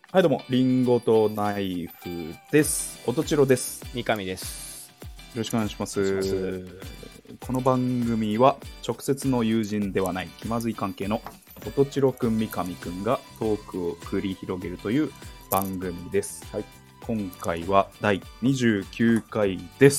はい、どうも、リンゴとナイフです。おとちろです。 三上です。 よろしくお願いしまお願いしす。この番組は、直接の友人ではない気まずい関係のおとちろくん、三上くんがトークを繰り広げるという番組です。 はい。 今回は第29回です。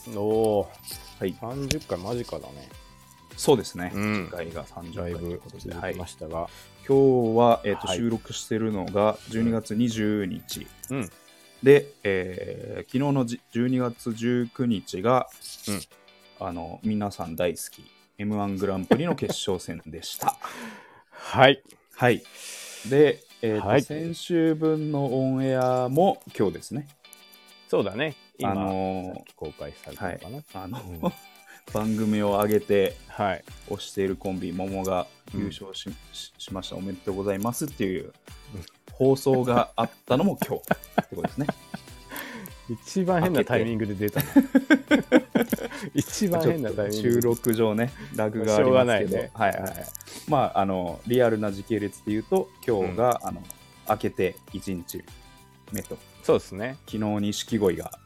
おお、 はい。 30回間近だね。 そうですね。 うん次回が30 だい回というぶことで、 続きましたが、 今日は、 はい収録しているのが12月20日。 うんで、昨日の12月19日が、皆さん大好き M1 グランプリの決勝戦でした。 はい。 はい。で、 はい先週分のオンエアも今日ですね。 そうだね。今、 さっき公開されたのかな。 番組を上げてはい。 推しているコンビ、桃が優勝しました。おめでとうございますっていう放送があったのも今日ってことですね。 一番変なタイミングで出たの。一番変なタイミングで。 収録上ね、ラグがありますけど、 ね、 はいはい。まあ、リアルな時系列で言うと、今日が、明けて1日目と。 そうですね。 昨日、錦鯉が、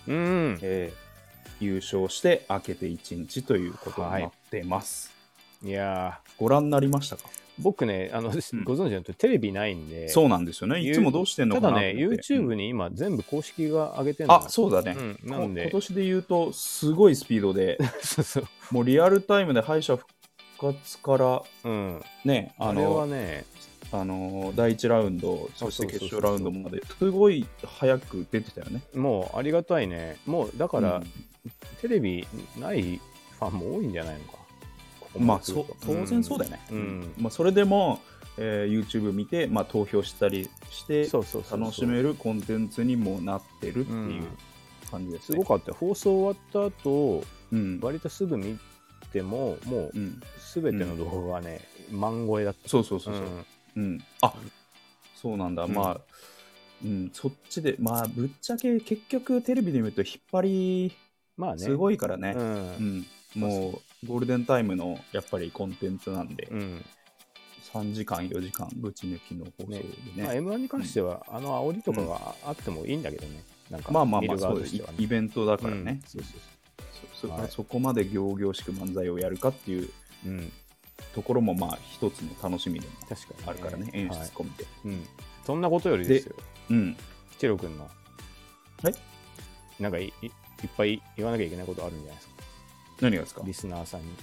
優勝して明けて1日ということになってます。 いやご覧になりましたか？ 僕ね、ご存知のとおりテレビないんで。 そうなんですよね。いつもどうしてんのかなと思って。 ただね、YouTube に今全部公式が上げてるの。 あ、そうだね。 なんで今年で言うとすごいスピードでそうそう、 もうリアルタイムで敗者復活から、ね、 あれはね、 第1ラウンド、そして決勝ラウンドまですごい早く出てたよね。 もうありがたいね。もうだから、テレビないファンも多いんじゃないのか。 まあ当然そうだよね。まあ、それでも、YouTube 見て、まあ、投票したりして楽しめるコンテンツにもなってるっていう感じですね。 すごかった。放送終わった後、割とすぐ見てももう全ての動画がね、万超えだった。 そう。あ、そうなんだ。まあ、そっちで、まあ、ぶっちゃけ結局テレビで見ると引っ張りすごいからね。もうゴールデンタイムのやっぱりコンテンツなんで、3時間4時間ぶち抜きの放送でね。 M1 に関しては煽りとかがあってもいいんだけどね。なんかまあそうです。イベントだからね。そこまで仰々しく漫才をやるかっていうところもまあ一つの楽しみでもあるからね、演出込みで。 そんなことよりですよ。チェロ君のなんかいっぱい言わなきゃいけないことあるんじゃないですか。 何がですか？ リスナーさんに。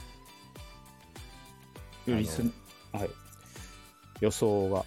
はい。 予想が。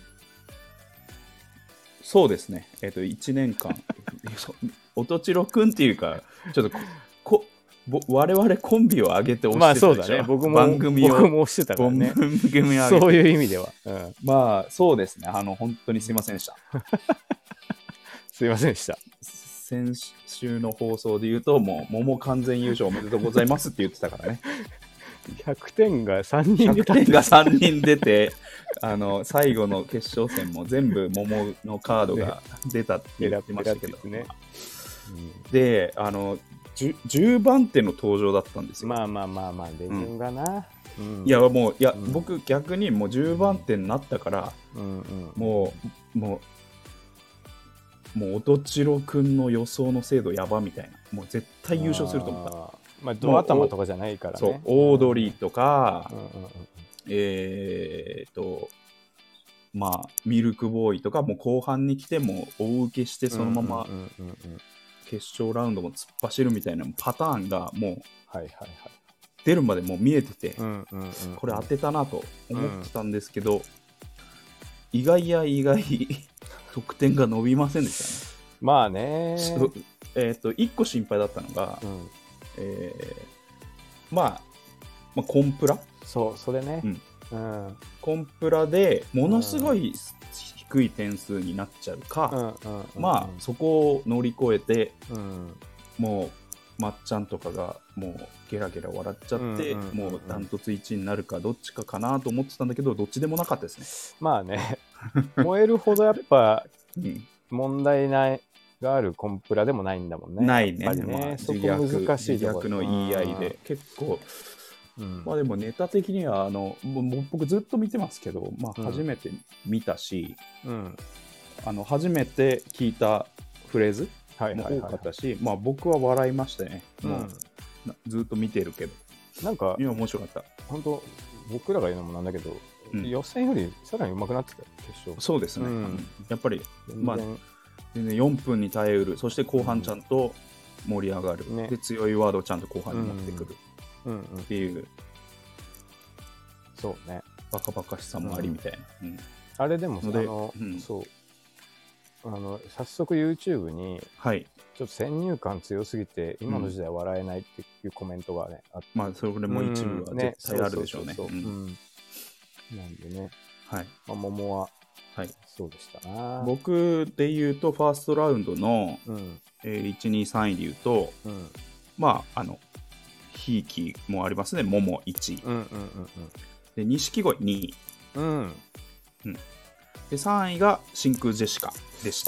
そうですね。1年間おとちろくんっていうか、ちょっと我々コンビを上げて推してたでしょ。 まあそうだね。僕も推してたからね。そういう意味では。 まあそうですね。本当にすいませんでした。 すいませんでした。 先週の放送で言うと、もう桃完全優勝おめでとうございますって言ってたからね。 100点が3人出た。 100点が3人出て、最後の決勝戦も全部桃のカードが出たって言ってましたけど、で、10番手の登場だったんですよ。 まあ、出順がな。 いや、僕逆にもう10番手になったから、もうおとちろくんの予想の精度やばみたいな。もう絶対優勝すると思った。 まあ、ド頭とかじゃないからね。 そう、オードリーとか、まあ、ミルクボーイとか、もう後半に来ても大受けして、そのまま決勝ラウンドも突っ走るみたいなパターンがもう出るまでもう見えてて、これ当てたなと思ってたんですけど、意外得点が伸びませんでしたね。 まあね。 1個心配だったのが、まあコンプラ、 それね、 コンプラでものすごい低い点数になっちゃうか、まあそこを乗り越えて、もうまっちゃんとかがもうゲラゲラ笑っちゃって、もうダントツ1位になるかどっちかなと思ってたんだけど、どっちでもなかったですね。 まあね、燃えるほどやっぱ問題ないがあるコンプラでもないんだもんね。 ないね。 まあ、そこ難しいところ。自虐の言い合いで結構、まあでもネタ的には僕ずっと見てますけど、まあ初めて見たし、 初めて聞いたフレーズも多かったし、まあ僕は笑いましたね。もうずっと見てるけど。 なんか今面白かった。 本当僕らが言うのもなんだけど、予選よりさらに上手くなってたよ決勝。 そうですね。やっぱりまあ全然4分に耐えうる、そして後半ちゃんと盛り上がる、で強いワードをちゃんと後半に持ってくるっていう、 そうね。 バカバカしさもありみたいな。 あれでもそう早速 YouTube に、ちょっと先入観強すぎて今の時代笑えないっていうコメントがね、あって、 まあそれも一部は絶対あるでしょうね。 なんでね、 はい。 まあ、桃は、そうでしたな。 僕で言うとファーストラウンドの、1、2、3位で言うと、まあひいきもありますね。桃1位。で錦鯉2位。で3位が真空ジェシカでした。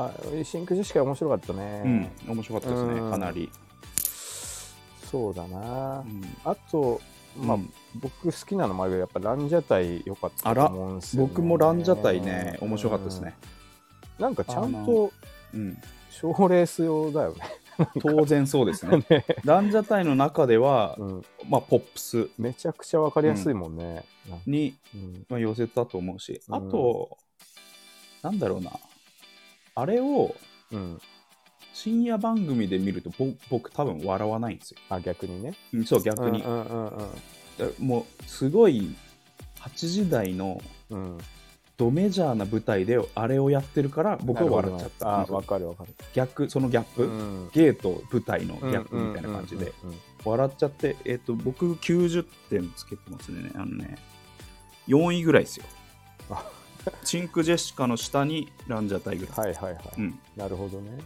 真空ジェシカ面白かったね。 面白かったですね、かなり。 そうだな。あと、まあ、僕好きなのもあるけど、やっぱランジャタイ良かったと思うんですよね。 僕もランジャタイね、面白かったですね。 なんかちゃんと賞レース用だよね。 当然そうですね。ランジャタイの中では、まあポップスめちゃくちゃ分かりやすいもんね。 に寄せたと思うし、あとなんだろうな、あれを深夜番組で見ると僕多分笑わないんですよ。 逆にね。 そう、逆に。もうすごい8時台のドメジャーな舞台であれをやってるから僕は笑っちゃった。 わかるわかる。そのギャップ、ゲート舞台のギャップみたいな感じで笑っちゃって、僕90点つけてますね。4位ぐらいですよ。真空ジェシカの下にランジャタイぐらい。 なるほどね。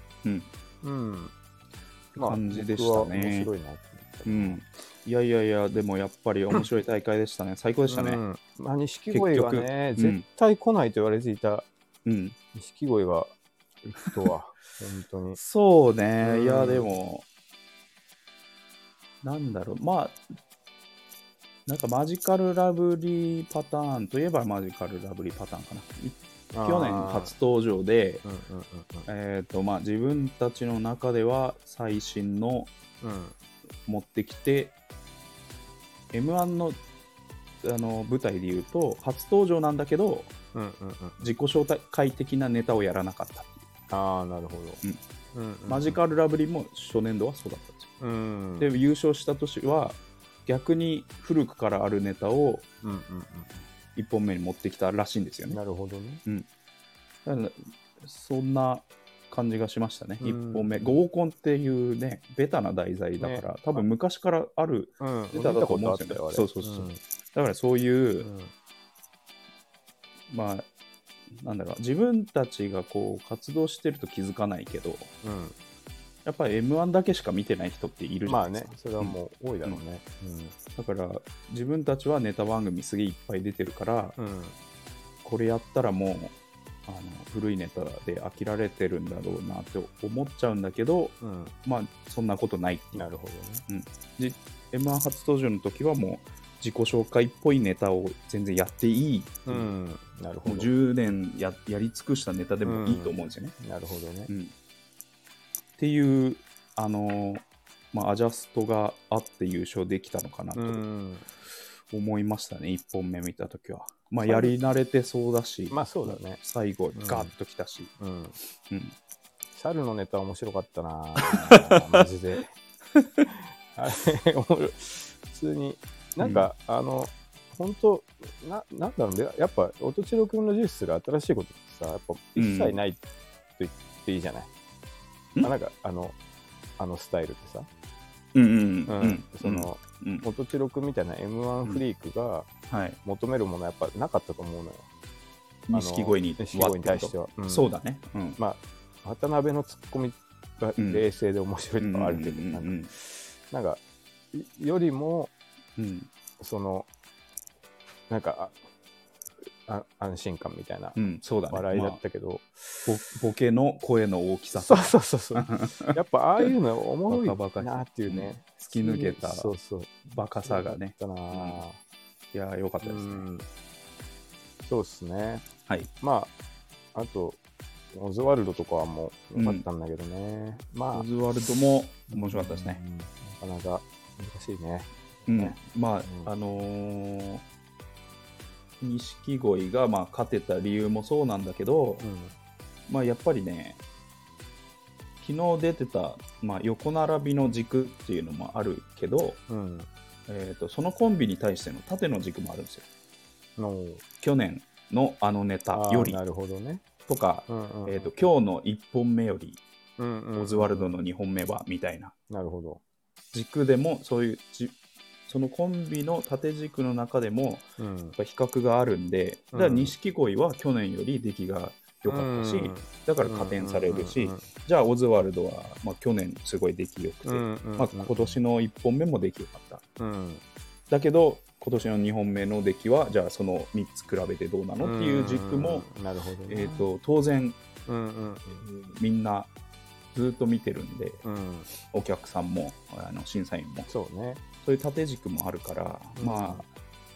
感じでしたね。 面白いな。 いや、でもやっぱり面白い大会でしたね。最高でしたね。 錦鯉がね、絶対来ないと言われていた錦鯉が行くとは、本当に。 そうね。いや、でも、なんだろう、まあ、なんかマジカルラブリーパターンといえばマジカルラブリーパターンかな。去年初登場で、まあ自分たちの中では最新の持ってきて、M1 の舞台でいうと初登場なんだけど、自己紹介的なネタをやらなかったっていう。 なるほど。 マジカルラブリーも初年度はそうだったんですよ。で優勝した年は逆に古くからあるネタを1本目に持ってきたらしいんですよね。 なるほどね。 だからそんな感じがしましたね。1本目合コンっていうねベタな題材だから、多分昔からあるネタだと思うんですよね。そうだからそういう、まあなんだろう、自分たちがこう活動してると気づかないけど、やっぱり M1 だけしか見てない人っているじゃないですか。 それはもう多いだろうね。 だから自分たちはネタ番組すげえいっぱい出てるから、これやったらもう古いネタで飽きられてるんだろうなって思っちゃうんだけど、まあそんなことないっていう。 なるほどね。 で M1 初登場の時はもう自己紹介っぽいネタを全然やっていい、 なるほど。 もう10年 やり尽くしたネタでもいいと思うんですよね。 なるほどね。 っていうまあ、アジャストがあって優勝できたのかなと思いましたね。1本目見たときは。まあ、やり慣れてそうだし、 まあそうだね。 最後ガッときたし。 猿のネタ面白かったなマジで。あれ普通になんか、本当なんだろうね、やっぱ音千代くんの重視する新しいことってさ、やっぱ一切ないと言っていいじゃない。なんかスタイルってさ、その音千代くんみたいな M1 フリークが求めるものはやっぱなかったと思うのよ。 錦鯉に対しては。 そうだね。 まあ渡辺のツッコミが冷静で面白いとかあるけど、なんかよりもそのなんか安心感みたいな笑いだったけど、 ボケの声の大きさ、 そうやっぱああいうのおもろいなっていうね、 突き抜けたバカさがね、いや良かったですね。 そうですね。 はい。 まああとオズワルドとかはもう良かったんだけどね。まあ、 オズワルドも面白かったですね。 なかなか難しいね。 まあ、錦鯉がまあ勝てた理由もそうなんだけど、まあやっぱりね、昨日出てた、まあ、横並びの軸っていうのもあるけど、そのコンビに対しての縦の軸もあるんですよ。去年のあのネタよりなるほどね。 とか、今日の1本目より、オズワルドの2本目はみたいな。 なるほど。 軸でもそういうそのコンビの縦軸の中でもやっぱ比較があるんで、だから錦鯉は去年より出来が良かったし、だから加点されるし、じゃあオズワルドは、まあ、去年すごい出来良くて、まあ、今年の1本目も出来良かった、だけど今年の2本目の出来はじゃあその3つ比べてどうなのっていう軸も、当然、みんなずっと見てるんで、お客さんも審査員もそういう縦軸もあるから、まあ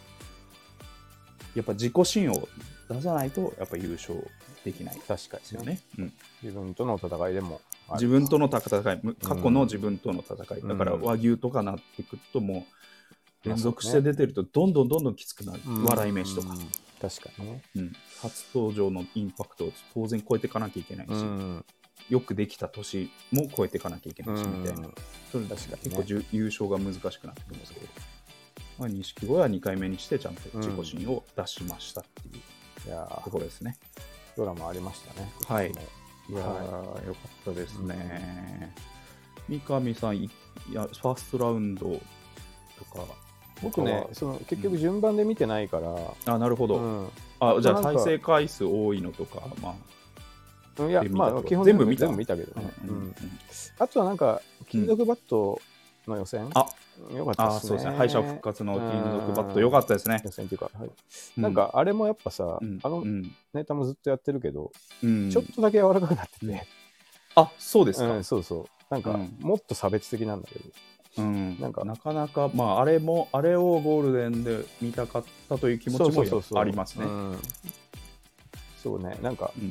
やっぱ自己芯を出さないとやっぱ優勝できないですよね。 自分との戦いでも自分との戦い、過去の自分との戦い、だから和牛とかなってくるともう連続して出てるとどんどんきつくなる、笑い飯とか確かにね、 初登場のインパクトを当然超えていかなきゃいけないし、よくできた年も超えていかなきゃいけないしみたいな、それ確かに、結構優勝が難しくなってくるんですけど、まあ、錦鯉は2回目にしてちゃんと自己芯を出しましたっていうところですね。 ドラマありましたね。 はい。いやよかったですね。三上さん、ファーストラウンドとか。 僕ね、結局順番で見てないから。 なるほど。じゃあ再生回数多いのとか、まあ。 いや、まあ、基本全部見たけどね。あとはなんか、金属バットの予選。よかったですね。 そうですね。敗者復活の金属バットよかったですね。 予選っていうか、なんかあれもやっぱさ、あのネタもずっとやってるけど、ちょっとだけ柔らかくなってて。 そうですか。 そうそう。なんか、もっと差別的なんだけど。 なんかなかなか、まああれをゴールデンで見たかったという気持ちもありますね。 そうね。なんか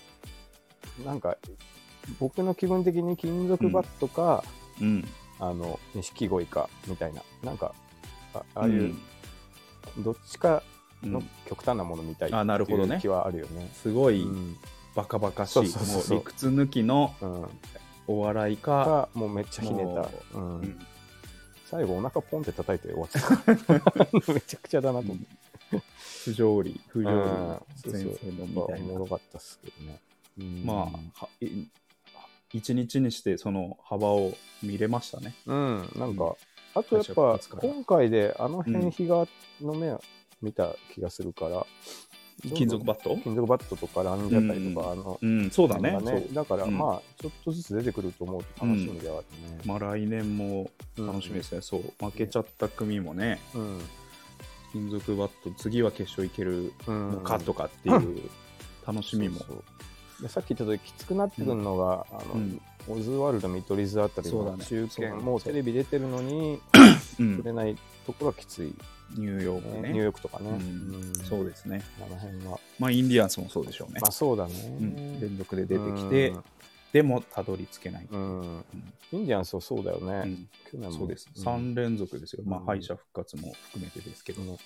僕の気分的に金属バットか、錦鯉かみたいな、なんかああいうどっちかの極端なものみたいっていう気はあるよね。 すごいバカバカしい、もう理屈抜きのお笑いか、 もうめっちゃひねた、最後お腹ポンって叩いて終わってめちゃくちゃだなと思って、 不条理先生のみたいな。 おもろかったっすけどね。 まあ一日にしてその幅を見れましたね。 なんかあとやっぱ今回であの辺比嘉の目を見た気がするから、 金属バットとかランジャタイとかそうだね。 だからまあちょっとずつ出てくると思うと楽しみではあるね。 まあ来年も楽しみですね。そう負けちゃった組もね、金属バット次は決勝いけるのかとかっていう楽しみも。 さっき言ったとおりきつくなってくるのが、オズワルド、見取り図あたりの中堅、もうテレビ出てるのに触れないところはきつい。 ニューヨークね。 ニューヨークとかね。 そうですね。 あの辺は。 まあインディアンスもそうでしょうね。 まあそうだね。 連続で出てきて、でもたどり着けない。インディアンスはそうだよね。 去年もそうです。3連続ですよ。まあ敗者復活も含めてですけど。はい。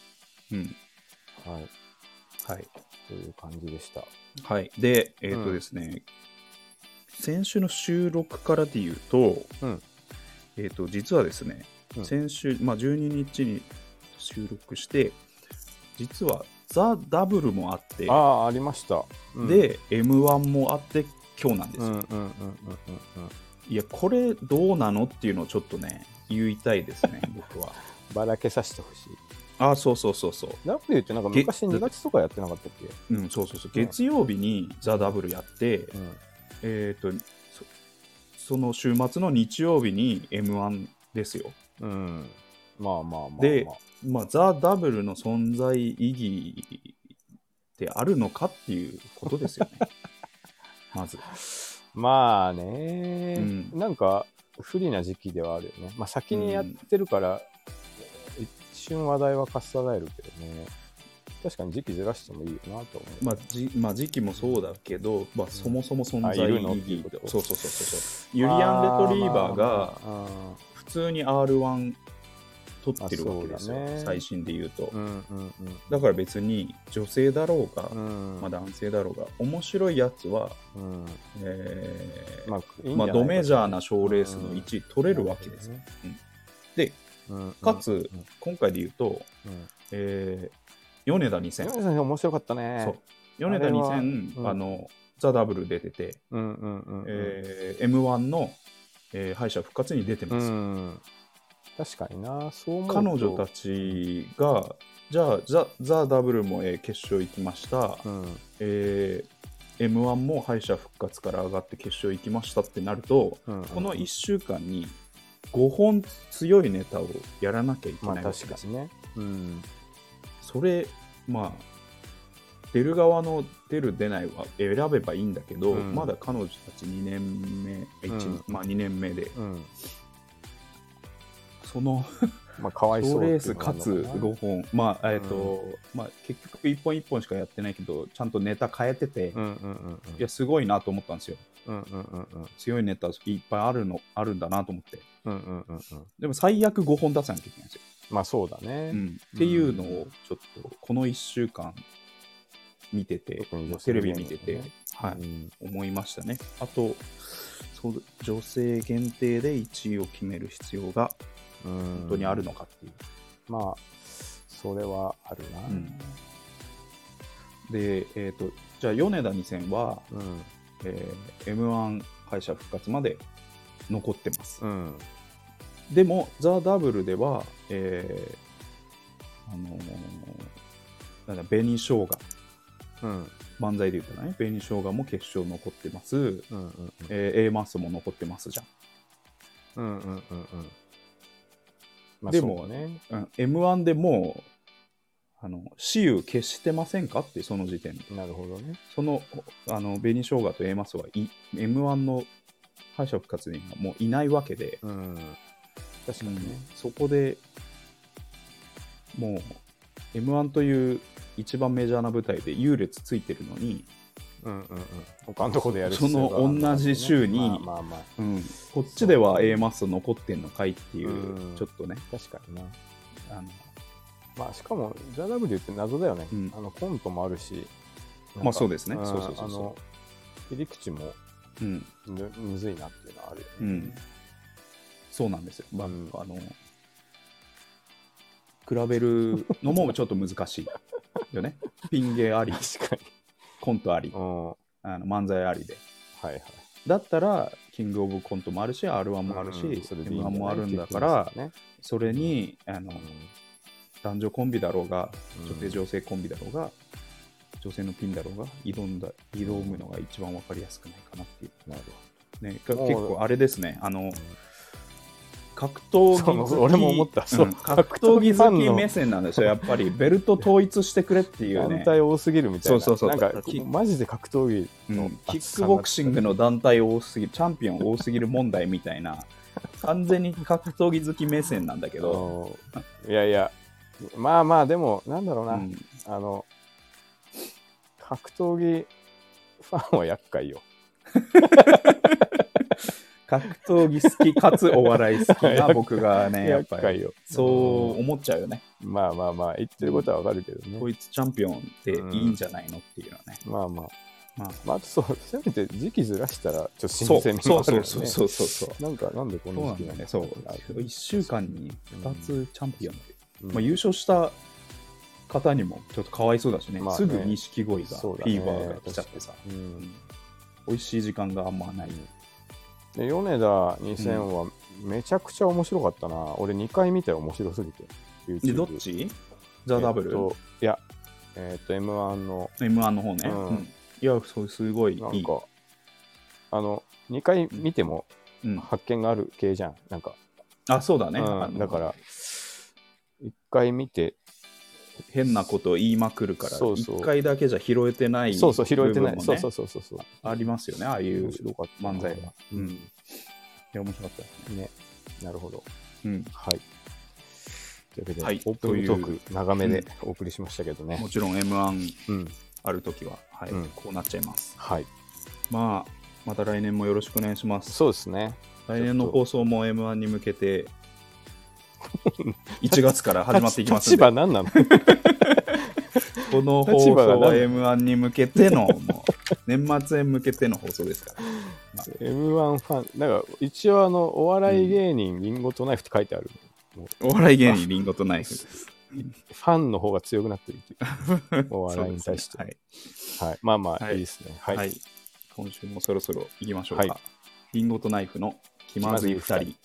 という感じでした。 はい。で、ですね、先週の収録からで言うと、実はですね、先週、まあ、12日に収録して、実はザ・ダブルもあって、 ありました。 で、M1 もあって、今日なんですよ。いや、これどうなのっていうのをちょっとね、言いたいですね、僕は。 ばらけさせてほしい。 そう。 W ってなんか昔2月とかやってなかったっけ？ そう。月曜日にザ・ダブルやって、その週末の日曜日に M1 ですよ。 まあ。 で、ザ・ダブルの存在意義ってあるのかっていうことですよね。まず。 まあね、なんか不利な時期ではあるよね。まあ先にやってるから、一瞬話題はかっさらえるけどね。 確かに時期ずらしてもいいよなと思う。 まあ時期もそうだけど、まあ、そもそも存在意義で、そうユリアン・レトリーバーが普通に R1 取ってるわけですよ、最新で言うと、だから別に女性だろうが、まあ、男性だろうが面白いやつは、まあドメジャーな賞レースの1位取れるわけですよ、でかつ今回で言うと、米田2000 面白かったね。 そう米田2000、ザ・ダブル出てて、M1 の、敗者復活に出てます。 確かにな、そう思うと彼女たちがじゃあザ・ダブルも、決勝行きました、M1 も敗者復活から上がって決勝行きましたってなると、この1週間に5本強いネタをやらなきゃいけないわけです。 確かにね。 それまあ出る側の出る出ないは選べばいいんだけど、まだ彼女たち2年目、まあ2年目で、そのかわいそうレースかつ5本、まあ結局1本1本しかやってないけどちゃんとネタ変えてて、いやすごいなと思ったんですよ。強いネタいっぱいあるんだなと思って、でも最悪5本出さなきゃいけないんですよ。 まあそうだね、 っていうのをちょっとこの1週間見てて、テレビ見てて、思いましたね。あと女性限定で1位を決める必要が本当にあるのかっていう。 まあそれはあるな。 で、じゃあ米田2000は、M1 敗者復活まで残ってます。でもザ・ダブルでは、紅生姜、漫才で言ったらね、紅生姜も決勝残ってます、A マスも残ってますじゃん。でも、M1 でもう私有消してませんかってその時点で。 なるほどね。 その紅生姜と A マスは M1 の敗者復活にはもういないわけで、 確かにね、 そこでもう M1 という一番メジャーな舞台で優劣ついてるのに、 他のとこでやるその同じ週にこっちでは A マス残ってんのかいっていう、ちょっとね。 確かにな。まあしかもザ・ W って謎だよね。コントもあるし、 まあそうですね。そう切り口もむずいなっていうのはあるよね。 そうなんですよ。比べるのもちょっと難しいよね。ピン芸あり、 確かにコントあり、漫才ありで。 はいはい。 だったらキングオブコントもあるし R1 もあるし、M1 もあるんだから、それに男女コンビだろうが、女性コンビだろうが、女性のピンだろうが挑むのが一番分かりやすくないかなっていう。なるほどね。結構あれですね。格闘技好き、 俺も思った。 格闘技好き目線なんですよ。やっぱりベルト統一してくれっていうね。 団体多すぎるみたいな。なんかマジで格闘技のキックボクシングの団体多すぎる、チャンピオン多すぎる問題みたいな。完全に格闘技好き目線なんだけど。 いやいや、まあまあでもなんだろうな。格闘技ファンは厄介よ。 格闘技好きかつお笑い好きな僕がね、やっぱりそう思っちゃうよね。 まあまあまあ言ってることはわかるけどね。 こいつチャンピオンっていいんじゃないのっていうのはね。 まあまああとそうせめて時期ずらしたらちょっと新鮮味もあるよね。 そうなんでこの時期なんだ。 そう1週間に2つチャンピオンって、優勝した方にもちょっとかわいそうだしね。すぐ錦鯉がフィーバーが来ちゃってさ、美味しい時間があんまない。 で米田2000はめちゃくちゃ面白かったな。俺2回見て面白すぎて。 でどっち？ザ・ダブル？ いや、M1 の方ね。いや、すごいいい。 なんか2回見ても発見がある系じゃん。なんかそうだね。 だから1回見て変なことを言いまくるから、1回だけじゃ拾えてない部分もね。 拾えてない。そうありますよね、ああいう漫才は。いや、面白かったね。なるほど。 はい。 というわけで、 はい、 オープニングトーク長めでお送りしましたけどね。 もちろん M1 うん、 あるときは、はい、 うんこうなっちゃいます。 はい。 また来年もよろしくお願いします。 そうですね。 来年の放送も M1 に向けて、1月から始まっていきますんで。 立場何なのこの放送は M1 に向けての、もう年末へ向けての放送ですから。 M1 ファン、なんか一応お笑い芸人リンゴとナイフって書いてある。 お笑い芸人リンゴとナイフです。 ファンの方が強くなってるっていうお笑いに対して、ね、はい、まあまあ、いいですね、はい今週もそろそろ行きましょうか、リンゴとナイフの気まずい2人。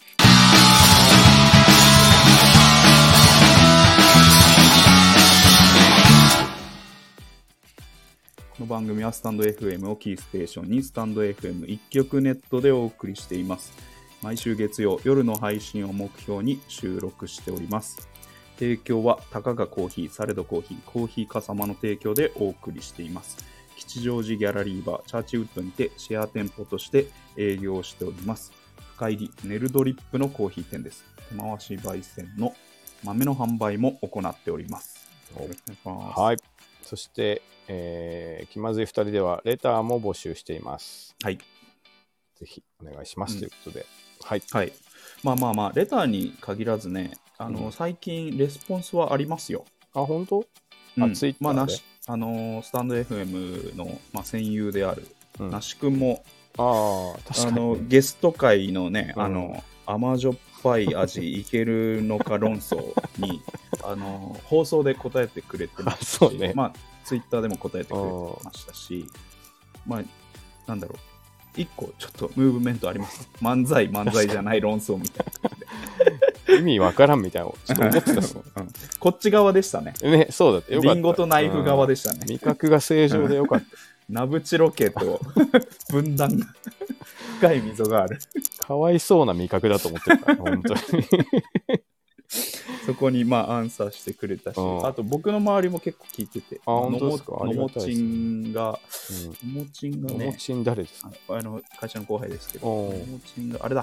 この番組はスタンド FM をキーステーションにスタンド FM 一曲ネットでお送りしています。毎週月曜夜の配信を目標に収録しております。提供はたかがコーヒー、サレドコーヒー、コーヒーかさまの提供でお送りしています。吉祥寺ギャラリーバーチャーチウッドにてシェア店舗として営業しております。深入りネルドリップのコーヒー店です。手回し焙煎の豆の販売も行っております。よろしくお願いします。 はい。そして、気まずい2人ではレターも募集しています。 はい。 ぜひお願いします、ということで。はい。 はい。まあ、レターに限らずね、最近レスポンスはありますよ。 あ、本当？ツイッターで。 スタンド FM の、戦友である、那須くんも、 確かにゲスト会のね、甘じょっぱい味いけるのか論争に放送で答えてくれてましたし、 ね、 ツイッターでも答えてくれてましたし、なんだろう、一個ちょっとムーブメントあります。漫才じゃない論争みたいな意味わからんみたいなちょっと思ってたこっち側でしたね。 そうだった。よかった。 リンゴとナイフ側でしたね。 味覚が正常でよかった。 ナブチロケと分断が深い溝がある。 かわいそうな味覚だと思ってるから本当にそこにアンサーしてくれたし、あと僕の周りも結構聞いてて、 本当ですか？ のもちんがね、 のもちん誰ですか？ 会社の後輩ですけど、のもちんがあれだ、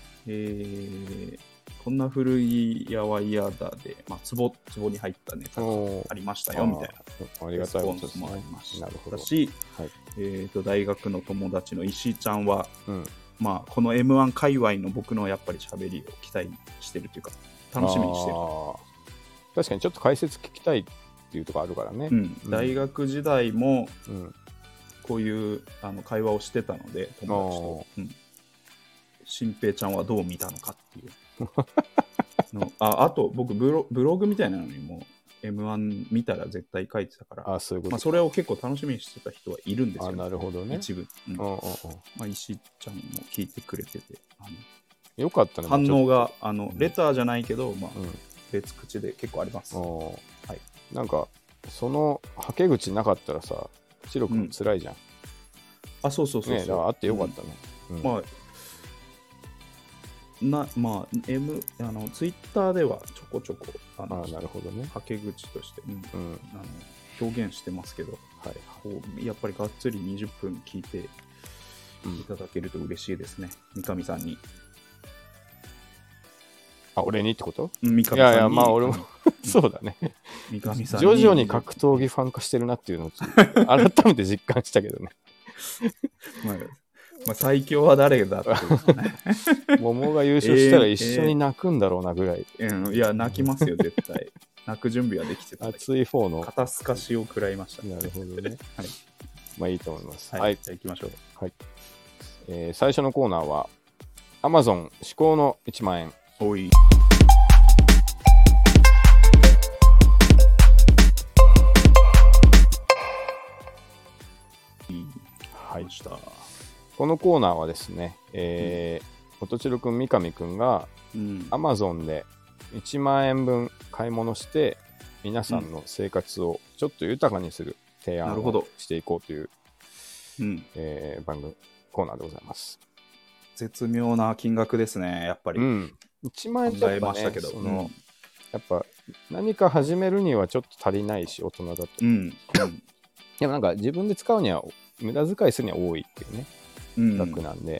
こんな古いやは嫌だで、ツボに入ったネタがありましたよみたいなありがたいレスポンスもありましたし、 はい、 大学の友達の石井ちゃんは、この M1 界隈の僕のやっぱり喋りを期待してるというか楽しみにしてる。 確かにちょっと解説聞きたいっていうところあるからね、 大学時代もこういう会話をしてたので友達と、新平ちゃんはどう見たのかっていうあと僕ブログみたいなのにも M1 見たら絶対書いてたから、 そういうこと、 それを結構楽しみにしてた人はいるんですよ、 なるほどね、 一部、石井ちゃんも聞いてくれててよかったね、 反応がレターじゃないけど、別口で結構あります。 なんかそのはけ口なかったらさ、シロ君辛いじゃん。 そうだからあってよかったね。 ツイッターではちょこちょこなるほどね、 はけ口として、表現してますけど、やっぱりがっつり20分聞いていただけると嬉しいですね。三上さんに。 俺にってこと？ 三上さんに。いや俺もそうだね。 三上さんに徐々に格闘技ファン化してるなっていうのを改めて実感したけどね。 最強は誰だっていうね。 桃が優勝したら一緒に泣くんだろうなぐらい。 いや、泣きますよ、絶対。泣く準備はできてた。 熱い4の。 肩透かしを食らいました。 なるほどね。いいと思います。 じゃあ行きましょう。 最初のコーナーは、Amazon 至高の1万円。 おい。 このコーナーはですね、音千代くん、三上くんが Amazon で1万円分買い物して皆さんの生活をちょっと豊かにする提案をしていこうという、番組コーナーでございます。 絶妙な金額ですね、やっぱり。 1万円ってやっぱね、やっぱ何か始めるにはちょっと足りないし、大人だと。でもなんか自分で使うには無駄遣いするには多いっていうね。額なんで、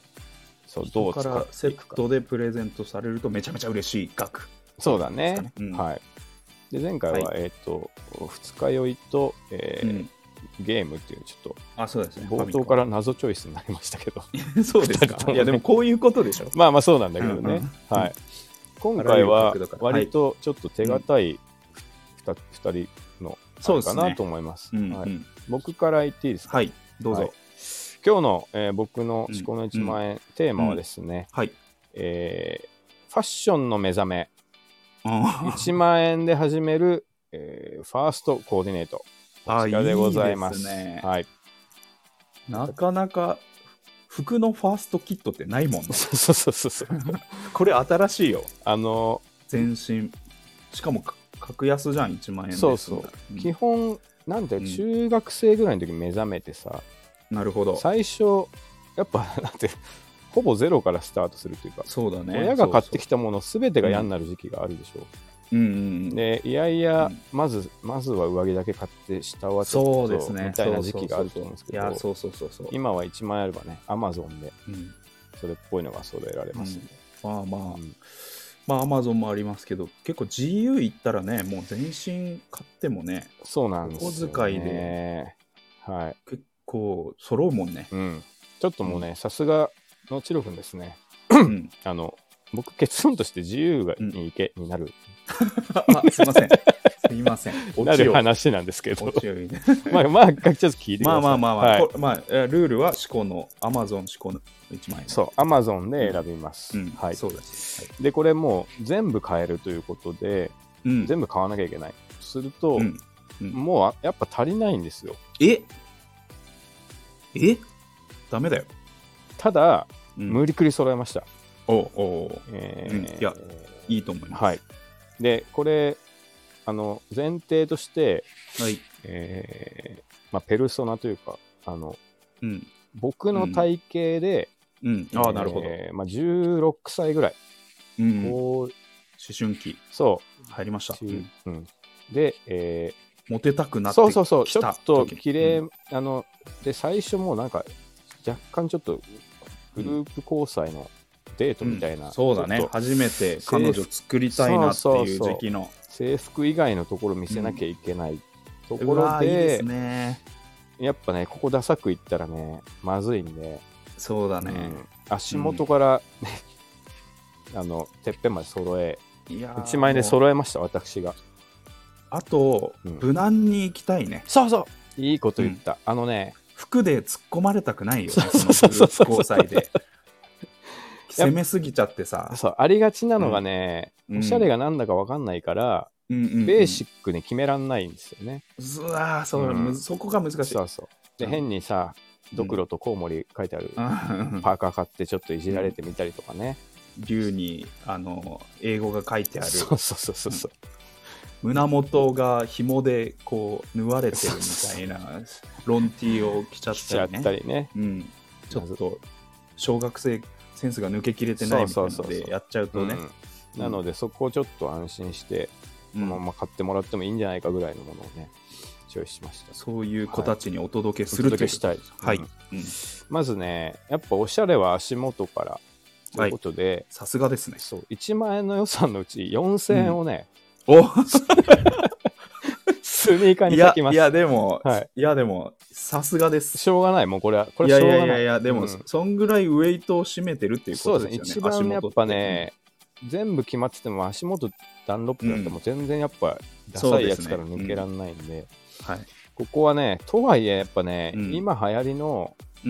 どう使っていくか。セットでプレゼントされるとめちゃめちゃ嬉しい額。 そうだね。 で前回は、 はい、 二日酔いと、ゲームっていうちょっとそうですね。 冒頭から謎チョイスになりましたけどそうですか。いやでもこういうことでしょ。 まあそうなんだけどね、はい。今回は割とちょっと手堅い2人のあれかなと思います。僕から言っていいですか。 はい、どうぞ。 今日の、僕の思考の1万円、テーマはですね、ファッションの目覚め、1万円で始める、ファーストコーディネート、こちらでございます。はい。 なかなか服のファーストキットってないもんね。 そうこれ新しいよ。全身。しかも格安じゃん、1万円で。 そう基本なんて中学生ぐらいの時に目覚めてさ、 なるほど。 最初やっぱなんてほぼゼロからスタートするというか、 そうだね。 親が買ってきたもの全てが嫌になる時期があるでしょ。でいやいや、まずは上着だけ買って下はちょっとみたいな時期があると思うんですけど、今は1万円あればね、アマゾンでそれっぽいのが揃えられますね。 まあアマゾンもありますけど、結構 GU 行ったらね、もう全身買ってもね、 そうなんですよね。 お小遣いで、結構揃うもんね。 ちょっともうね、さすがのチロ君ですね。僕結論として自由に行けになるすいませんすいませんなる話なんですけどまあちょっと聞いてください。 まあルールは思考の Amazon 思考の1万円。 そう Amazon で選びます。 そうです。 でこれもう全部買えるということで、全部買わなきゃいけないすると、もうやっぱ足りないんですよ。 ダメだよ。 ただ、無理くり揃えました。 いや、いいと思います。 はい。で、これ、前提として、ペルソナというか、僕の体型で、 なるほど。 16歳ぐらい。 思春期。 そう。 入りました。 で、 モテたくなってきた。 ちょっと綺麗、で、最初もなんか、若干ちょっと、グループ交際のデートみたいな、 そうだね、初めて彼女作りたいなっていう時期の制服以外のところ見せなきゃいけないところで、 いいですね。 やっぱねここダサくいったらねまずいんで、 そうだね、 足元から、てっぺんまで揃え、1万円で揃えました、私が。 あと、無難に行きたいね。 そういいこと言った。 服で突っ込まれたくないよね、そのグループ交際で。攻めすぎちゃってさ。 ありがちなのがね、おしゃれがなんだか分かんないから、ベーシックに決めらんないんですよね。 そこが難しい。 で、変にさ、ドクロとコウモリ書いてあるパーカー買ってちょっといじられてみたりとかね。 竜に英語が書いてある。 そう。 胸元が紐でこう縫われてるみたいなロンティーを着ちゃったりね。ちょっと小学生センスが抜けきれてないみたいなのでやっちゃうとね。 なのでそこをちょっと安心してこのまま買ってもらってもいいんじゃないかぐらいのものをねチョイスしました。 そういう子たちにお届けするという、 したい。まずねやっぱおしゃれは足元からということで、 さすがですね。 そう1万円の予算のうち4000円をね、スニーカーに書きます。 いやでもさすがです。 しょうがない。もうこれはしょうがない。 いやでも、そんぐらいウェイトを占めてるっていうことですよね。 一番やっぱね、全部決まってても足元ダンロップだっても全然やっぱダサいやつから抜けらんないんで、ここはね、とはいえやっぱね、今流行りの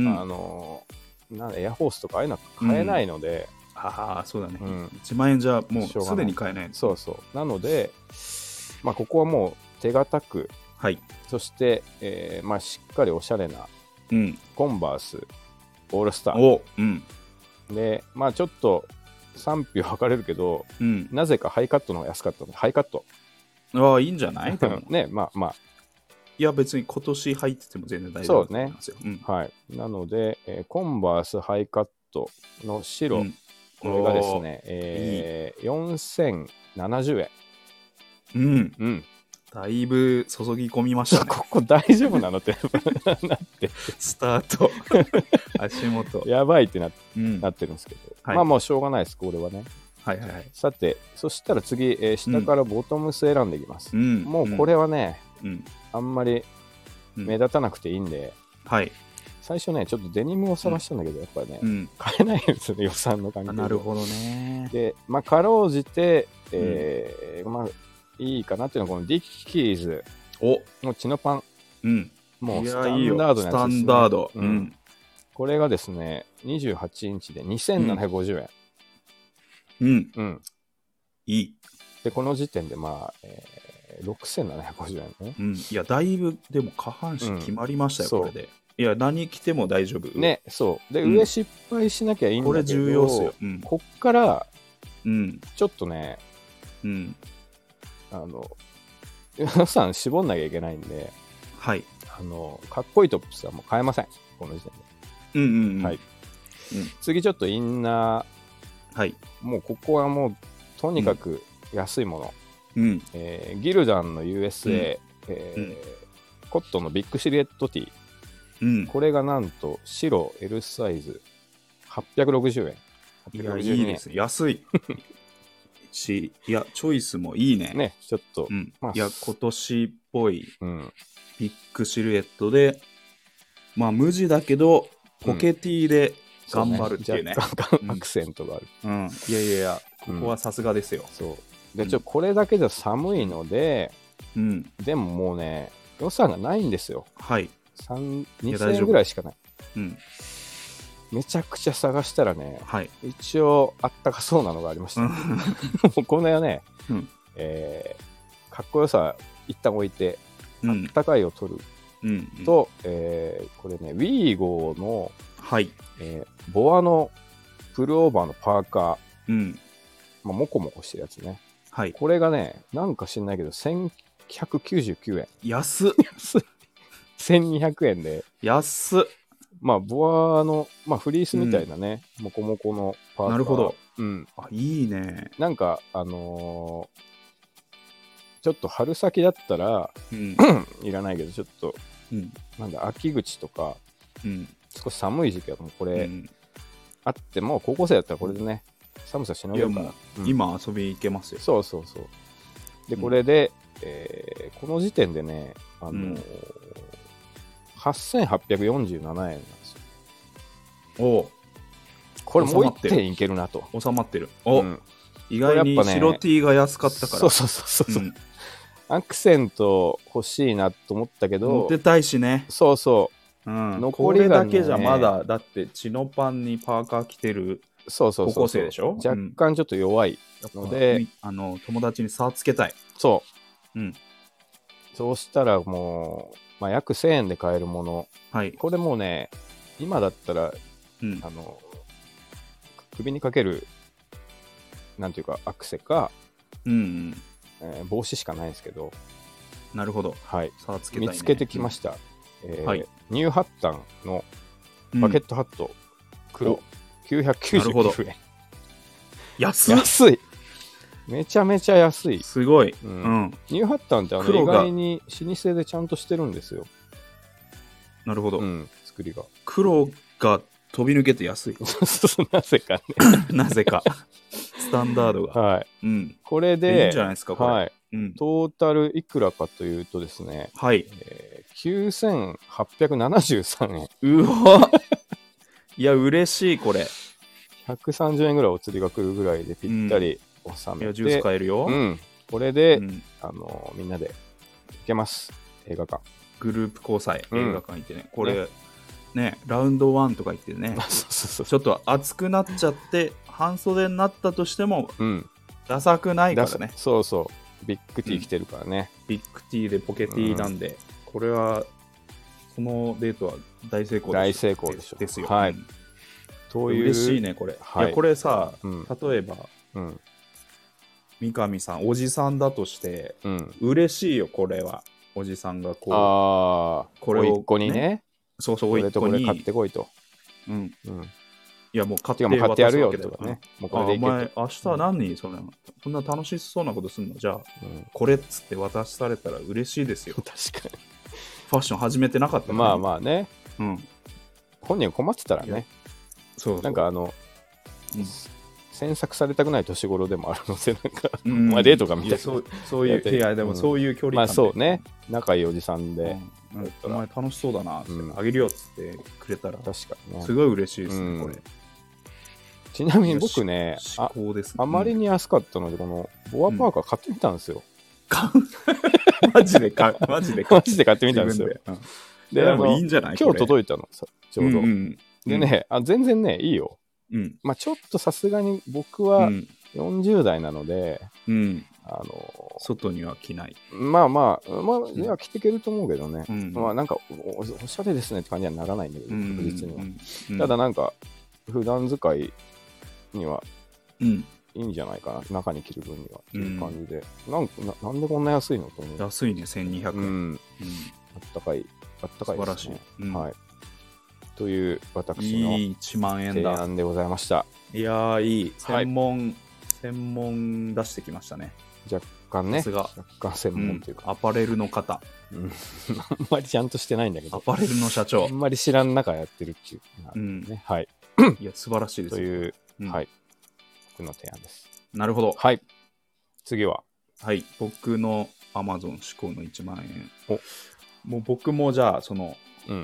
エアホースとかああいうの買えないので、 そうだね、1万円じゃもうすでに買えない。 なので、ここはもう手堅く、そして、しっかりおしゃれな、コンバースオールスター、でちょっと賛否分かれるけど、なぜかハイカットの方が安かったのでハイカットいいんじゃないね。 いや別に今年入ってても全然大丈夫なんですよ。 なので、コンバースハイカットの白、これがですね、4070円。 だいぶ注ぎ込みましたね。 ここ大丈夫なのってなってスタート足元やばいってなってるんですけど、もうしょうがないですこれはね。 はいはいはい。 さて、そしたら次、下からボトムス選んでいきます。もうこれはね、あんまり目立たなくていいんで、 はい。 最初ね、ちょっとデニムを探したんだけど、やっぱりね、買えないんですよね、予算の関係で。 なるほどね。 で、まあ、かろうじて、まあ、いいかなっていうのは、このディッキーズのチノパン。もうスタンダードなやつですね。 スタンダード。 これがですね、28インチで2750円。 いい。 で、この時点で、まあ、6750円ね。 いや、だいぶ、でも下半身決まりましたよ、これで。いや、何着ても大丈夫。 ね、そう。で、上失敗しなきゃいいんだけど、 これ重要っすよ。 こっから、ちょっとね、皆さん絞んなきゃいけないんで、 はい。 かっこいいトップスはもう買えません、この時点で。はい。次ちょっとインナー。はい。 もうここはもう、とにかく安いもの。ギルダンの USA、コットンのビッグシルエットティー。これがなんと白 L サイズ860円。 いや、いいです。安い。いや、チョイスもいいね。 ね、ちょっと。 いや、今年っぽいビッグシルエットで、まあ、無地だけど、ポケティで頑張るっていうね。 アクセントがある。 いやいやいや、ここはさすがですよ。 そう。で、これだけじゃ寒いので、でももうね、予算がないんですよ。 はい。 2000円ぐらいしかない。めちゃくちゃ探したらね、一応あったかそうなのがありました。もうこのね、かっこよさ一旦置いて、あったかいを取ると、これね、ウィーゴーの、ボアのプルオーバーのパーカー、モコモコしてるやつね。これがね、なんか知んないけど、1199円。 安っ 1200円で。 安っ。 まあ、ボアの、まあ、フリースみたいなね、モコモコのパーカー。 なるほど。あ、いいね。 なんか、ちょっと春先だったら、いらないけど、ちょっと、なんだ、秋口とか、少し寒い時期はもうこれ、あっても、高校生だったらこれでね、寒さしのげるから。 今遊び行けますよ。 そうそうそう。で、これで、この時点でね、8847円なんですよ。これもう1点いけるなと。 収まってる。意外に白 T が安かったから。 そうそうそうそう。アクセント欲しいなと思ったけど。 持ってたいしね。 そうそう。 残りだけじゃまだ、だってチノパンにパーカー着てる高校生でしょ。 若干ちょっと弱いので、 友達に差つけたい。 そう。そうしたらもう、まあ、約1000円で買えるもの、これもうね、今だったら、首にかける、なんていうか、アクセか、帽子しかないんですけど、 なるほど、 差つけたいね、見つけてきました。ニューハッタンのバケットハット、黒、999円。安い。めちゃめちゃ安い。 すごい。 ニューハッタンって意外に老舗でちゃんとしてるんですよ。 なるほど。 作りが。 黒が飛び抜けて安い。 なぜかね。 なぜか。スタンダードが。 これで、 いいんじゃないですか、これ。 トータルいくらかというとですね、9873円。 うわいや、嬉しい、これ。 130円ぐらいお釣りが来るぐらいでぴったり収めて、 ジュース買えるよ。 これで、みんなで行けます、映画館。 グループ交際、映画館行ってね。これ、ね、ラウンド1とか言ってね、ちょっと暑くなっちゃって、半袖になったとしても、ダサくないからね。 そうそう。ビッグ T 着てるからね。 ビッグ T でポケ T なんで、これは、このデートは大成功大成功でしょ。 ですよ。 はい。という。 嬉しいね、これ。いや、これさ、例えば、三上さん、おじさんだとして、嬉しいよ、これは。おじさんがこう、 これを一個にね。 そうそう、一個に。 買ってこいと。 いや、もう買ってやるよとかね。 もうこれでいけと。お前、明日何そんな楽しそうなことすんのじゃあ、これっつって渡されたら嬉しいですよ。 確かに。 ファッション始めてなかったから。 まあまあね。本人困ってたらね。 そう。 なんか詮索されたくない年頃でもあるので、なんか、まあデートがみたいな。 そういう、いや、でもそういう距離感、 まあそうね、仲いいおじさんで。 お前楽しそうだなって、あげるよっつってくれたら、 確かにね。 すごい嬉しいですね、これ。 ちなみに僕ね、あまりに安かったので、このボアパーカー買ってみたんですよ。 マジで買ってみたんですよ。 でもいいんじゃない？ 今日届いたの、ちょうど。でね、全然ね、いいよ。まあちょっとさすがに僕は40代なので、 外には着ない。 まあ、いや、着ていけると思うけどね。まあなんかおしゃれですねって感じにはならないんだけど、確実には。ただなんか、普段使いにはいいんじゃないかな、中に着る分にはっていう感じで、なんでこんな安いのと思う。 安いね、1200円。 あったかい素晴らしい。 はい。という私の 1万円提案でございました。 いやー、いい。専門出してきましたね。 若干ね。若干専門というか。 アパレルの方。 あんまりちゃんとしてないんだけど。 アパレルの社長。 あんまり知らん中やってるっていう。はい。 いや、素晴らしいです。 という、はい。僕の提案です。 なるほど。 はい。次は。 はい。僕の Amazon 至高の1万円。もう僕もじゃあ、その、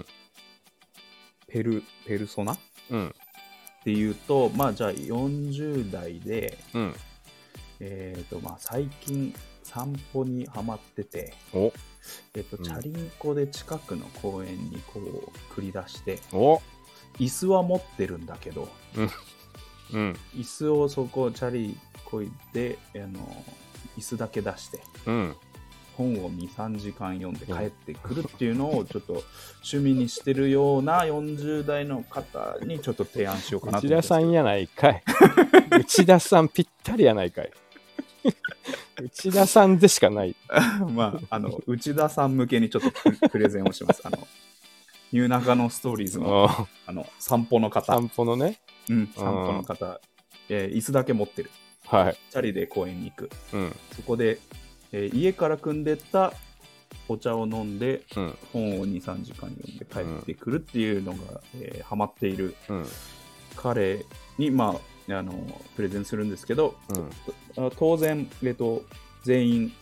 ペルソナっていうと、まあじゃあ40代で、まあ最近散歩にハマってて、チャリンコで近くの公園にこう繰り出して、椅子は持ってるんだけど、椅子をそこチャリこいで椅子だけ出して、本を 2,3 時間読んで帰ってくるっていうのをちょっと趣味にしてるような40代の方にちょっと提案しようかなと思って。 内田さんやないかい。内田さんぴったりやないかい。内田さんでしかない。 まあ、内田さん向けにちょっとプレゼンをします。ニューナカのストーリーズの散歩の方。 散歩のね。 散歩の方。椅子だけ持ってる。 はい。 チャリで公園に行く。そこで、家から汲んでったお茶を飲んで、本を 2,3 時間読んで帰ってくるっていうのが、ハマっている彼に、まあ、プレゼンするんですけど、当然、全員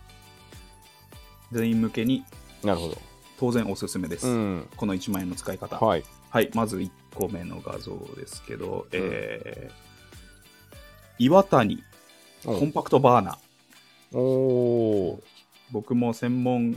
向けに、 なるほど。 当然おすすめです。この1万円の使い方。はい。まず1個目の画像ですけど、岩谷コンパクトバーナー。僕も専門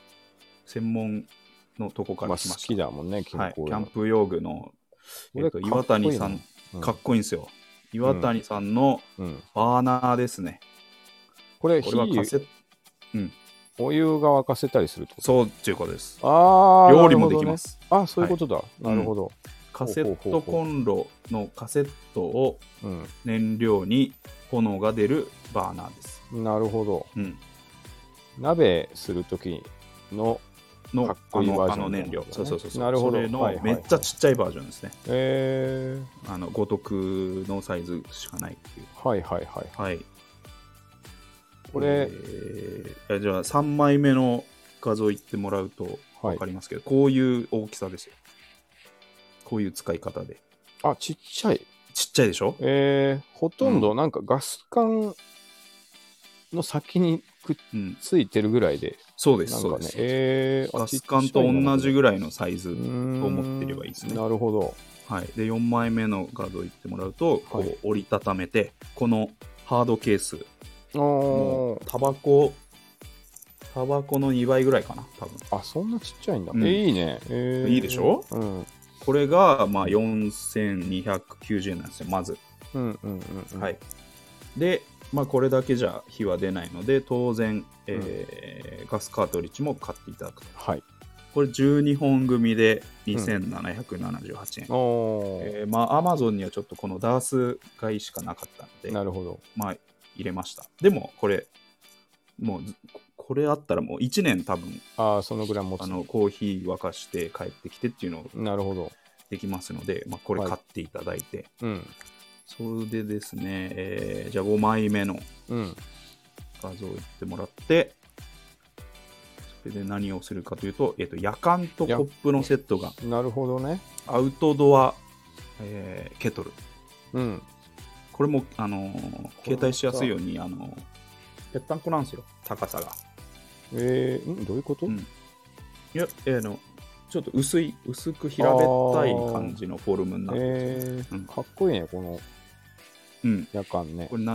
のとこから来ました。 好きだもんね、 キャンプ用具の、岩谷さん、かっこいいんですよ。岩谷さんのバーナーですね。 これはカセット、お湯が沸かせたりするってこと？ そうっていうことです。料理もできます。 そういうことだ。なるほど。 カセットコンロのカセットを燃料に炎が出るバーナーです。 なるほど。鍋するときのかっこいいバージョン燃料。そう。 なるほど。 それのめっちゃちっちゃいバージョンですね。五徳のサイズしかないっていう。はい。 これ、 じゃあ3枚目の画像いってもらうと分かりますけど、こういう大きさですよ。こういう使い方で。 ちっちゃい。 ちっちゃいでしょ？ ほとんどなんかガス管の先にくっついてるぐらいで。 そうです、そうです。ガス管と同じぐらいのサイズと思ってればいいですね。 なるほど。 はい。で、4枚目の画像いってもらうと、こう折りたためて、このハードケース。タバコの2倍ぐらいかな、多分。 そんなちっちゃいんだ。いいね。 いいでしょ？これが、まあ、4,290円なんですよ、まず。はい。で、まあ、これだけじゃ火は出ないので、当然、ガスカートリッジも買っていただくと。 はい。 これ12本組で2,778円。まあ、Amazon にはちょっとこのダース買いしかなかったので、 なるほど。 まあ、入れました。でも、これあったらもう1年多分、 そのぐらい持つ。 コーヒー沸かして帰ってきてっていうのをなるほどできますので、まあ、これ買っていただいて、それでですね、じゃあ5枚目の画像を言ってもらって、それで何をするかというと、夜間とコップのセットが、 なるほどね。 アウトドア、ケトル。 これも携帯しやすいようにぺったんこなんですよ、高さが。 どういうこと？ いや、ちょっと薄く平べったい感じのフォルムになってる、 かっこいいね、この夜間ね。 これ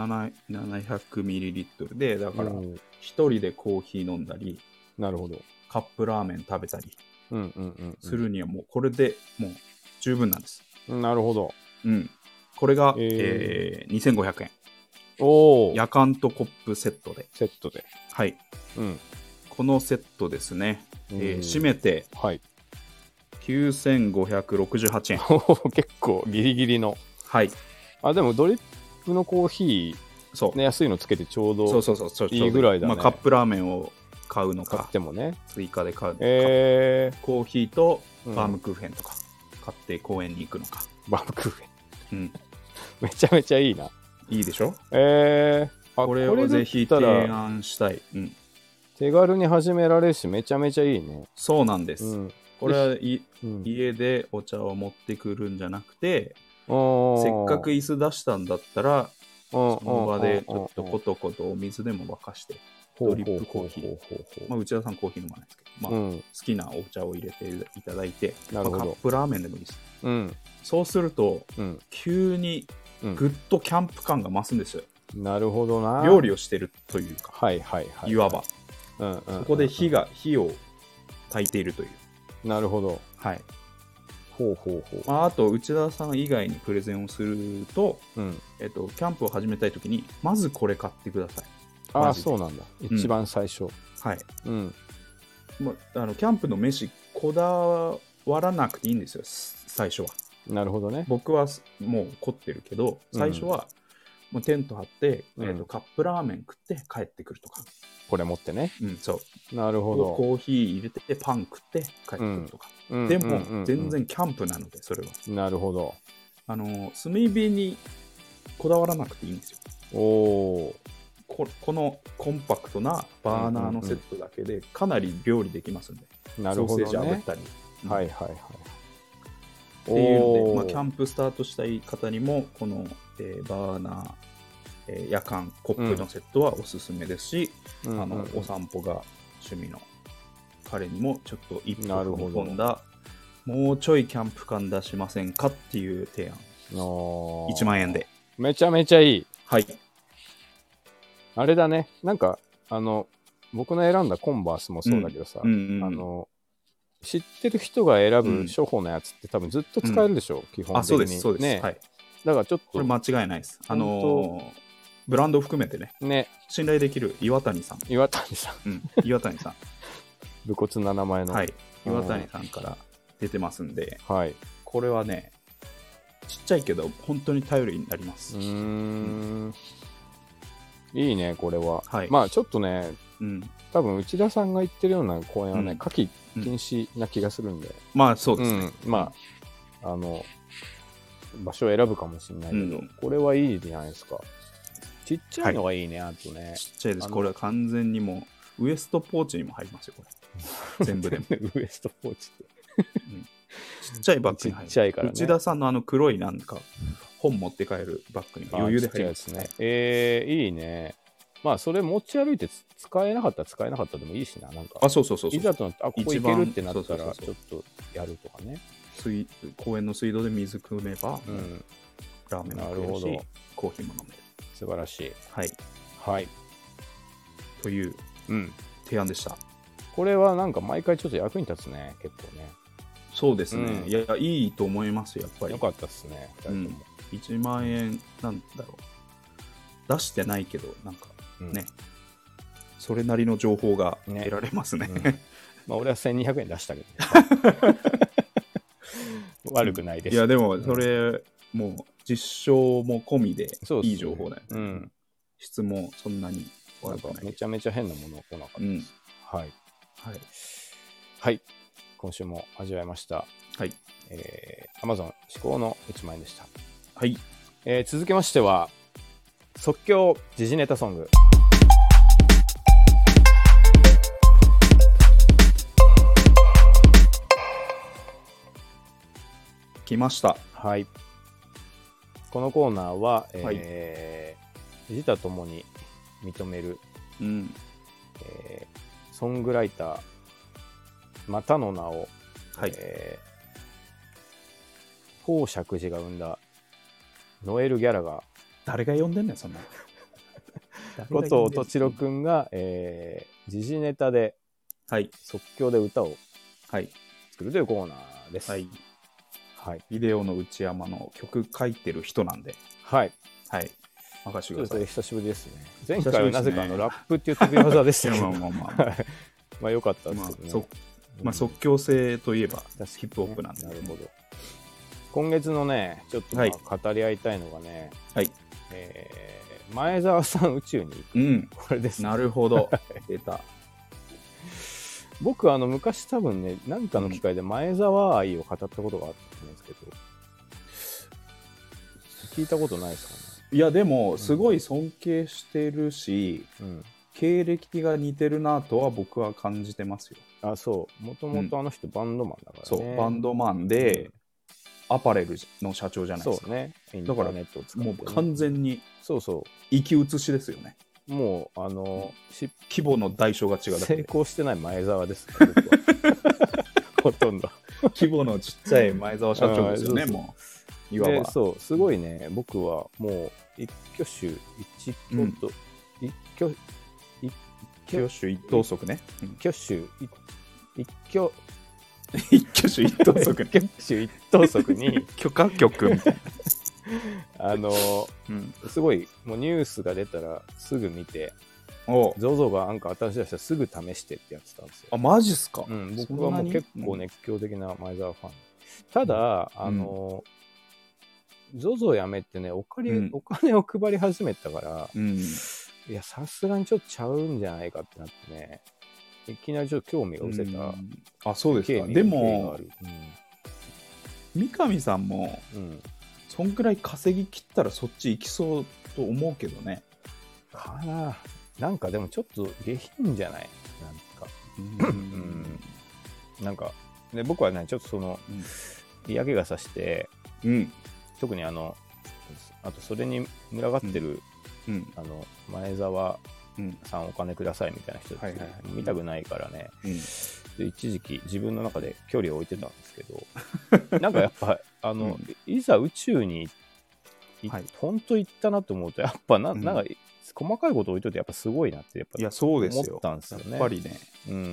700ml で、だから一人でコーヒー飲んだり、 なるほど、 カップラーメン食べたりするにはもうこれでもう十分なんです。 なるほど。 これが、2500円。夜間とコップセットで。はい。このセットですね。締めて、9568円。 結構ギリギリの。 はい。 でもドリップのコーヒー、安いのつけてちょうどいいぐらいだね。 カップラーメンを買うのか、 買ってもね、 追加で買うのか、コーヒーとバームクーヘンとか買って公園に行くのか。 バームクーヘン。めちゃめちゃいいな。 いいでしょ？これをぜひ提案したい。 手軽に始められるし、めちゃめちゃいいね。 そうなんです。これは家でお茶を持ってくるんじゃなくて、せっかく椅子出したんだったら、その場でちょっとコトコトお水でも沸かして、ドリップコーヒー、内田さんコーヒー飲まないですけど、好きなお茶を入れていただいて、カップラーメンでもいいです。そうすると、急にぐっとキャンプ感が増すんですよ。 なるほどな。 料理をしてるというか、いわば。そこで火を焚いているという。 なるほど。 はい。あと内田さん以外にプレゼンをすると、キャンプを始めたいときにまずこれ買ってください。 そうなんだ。一番最初。 はい。キャンプの飯こだわらなくていいんですよ、最初は。 なるほどね。僕はもう凝ってるけど、最初はもうテント張って、カップラーメン食って帰ってくるとか。 これ持ってね。 そう。 なるほど。 コーヒー入れてパン食って帰ってくるとか。でも、全然キャンプなので、それは。 なるほど。 炭火にこだわらなくていいんですよ。このコンパクトなバーナーのセットだけでかなり料理できますんで。 なるほどね。 ソーセージ炙ったり。っていうので、キャンプスタートしたい方にもこの、バーナー、夜間コップのセットはおすすめですし、お散歩が趣味の彼にもちょっと一歩踏み込んだ、もうちょいキャンプ感出しませんかっていう提案。1万円で。 めちゃめちゃいい。 はい。 あれだね。なんか僕の選んだコンバースもそうだけどさ、知ってる人が選ぶ処方のやつって多分ずっと使えるでしょ、基本的に。 そうです。 ね、 はい。 だからちょっとこれ間違いないです。ブランドを含めてね、信頼できる岩谷さん。 岩谷さん。武骨な名前の。 はい。岩谷さんから出てますんで、これはね、ちっちゃいけど本当に頼りになります。 いいね、これは。 はい。 まあちょっとね、多分内田さんが言ってるような公園はね、夏季禁止な気がするんで。 まあそうですね。 まあ、場所を選ぶかもしれないけど、これはいいじゃないですか。ちっちゃいのがいいね、あとね。 ちっちゃいです。これは完全にもう、ウエストポーチにも入りますよ、これ。全部でも。 ウエストポーチって。 ちっちゃいバッグに入る。 ちっちゃいからね。 内田さんの黒いなんか、本持って帰るバッグに余裕で入りますね。いいね。まあ、それ持ち歩いて使えなかったら使えなかったでもいいしな。なんか。 そう。 いざとなって、ここ行けるってなったら、ちょっとやるとかね。 公園の水道で水汲めば、ラーメンも食えるし、コーヒーも飲める。 素晴らしい。 はい。という提案でした。 これはなんか毎回ちょっと役に立つね、結構ね。 そうですね。いや、いいと思いますよ、やっぱり。 よかったですね、2人とも。 1万円、なんだろう。出してないけど、なんかね、それなりの情報が得られますね。 まあ、俺は1200円出したけど。悪くないです。 いや、でも、それ、もう、実証も込みでいい情報だよね。質もそんなに悪くない。 めちゃめちゃ変なもの来なかったです。はい。今週も味わいました。 はい。 Amazon 至高の1万円でした。 はい。 続きましては、即興時事ネタソング。 来ました。 はい。 このコーナーは、 はい、 自他ともに認める、 うん、 ソングライターまたの名を、 はい、 宝釈寺が生んだノエル・ギャラガー誰が呼んでんねんそんなことをとちろくんが、時事ネタで、 はい、 即興で歌をはい、 作るというコーナーです。 はい、 はい、 ビデオの内山の曲書いてる人なんで、 はい、 はい、任せてください。 久しぶりですね。前回はなぜかラップっていう飛び技でしたけど、まあ良かったですけどね。 まあ即興性といえばヒップホップなんで、 なるほど。今月のね、ちょっと語り合いたいのがね、はい、前澤さん宇宙に行く、 うん、 これです、 ね。なるほど。出た。 僕昔多分ね、何かの機会で前澤愛を語ったことがあったと思うんですけど、聞いたことないですかね。 いやでもすごい尊敬してるし、経歴が似てるなとは僕は感じてますよ。 あ、そう。もともとあの人バンドマンだからね。 そう、バンドマンで、アパレルの社長じゃないですか。 そうね。インターネットを使って、 もう完全に生き写しですよね。 もう規模の代償が違うだけで成功してない前澤ですから僕はほとんど規模のちっちゃい前澤社長ですよね。もういわばそうすごいね。僕はもう一挙手一挙と、一挙手一投足ね。 一挙手一挙一挙手一投足一挙手一投足に許可局みたいなすごいもうニュースが出たらすぐ見て、ZOZOがなんか新しい出したらすぐ試してってやってたんですよ。 あ、マジっすか。 僕はもう結構熱狂的な前澤ファン。ただZOZO やめてね、お金を配り始めたから、いやさすがにちょっとちゃうんじゃないかってなってね、いきなりちょっと興味が失せた。 あ、そうですか。でも三上さんもそんくらい稼ぎ切ったらそっち行きそうと思うけどね。 かな。なんかでもちょっと下品じゃない？なんかで僕はねちょっとその嫌気がさして、特にあとそれに群がってる、前澤さんお金くださいみたいな人見たくないからね、一時期自分の中で距離を置いてたんですけどなんかやっぱいざ宇宙に本当行ったなと思うとやっぱなんか細かいこと置いといてやっぱすごいなってやっぱ思ったんですよね。 やっぱりね、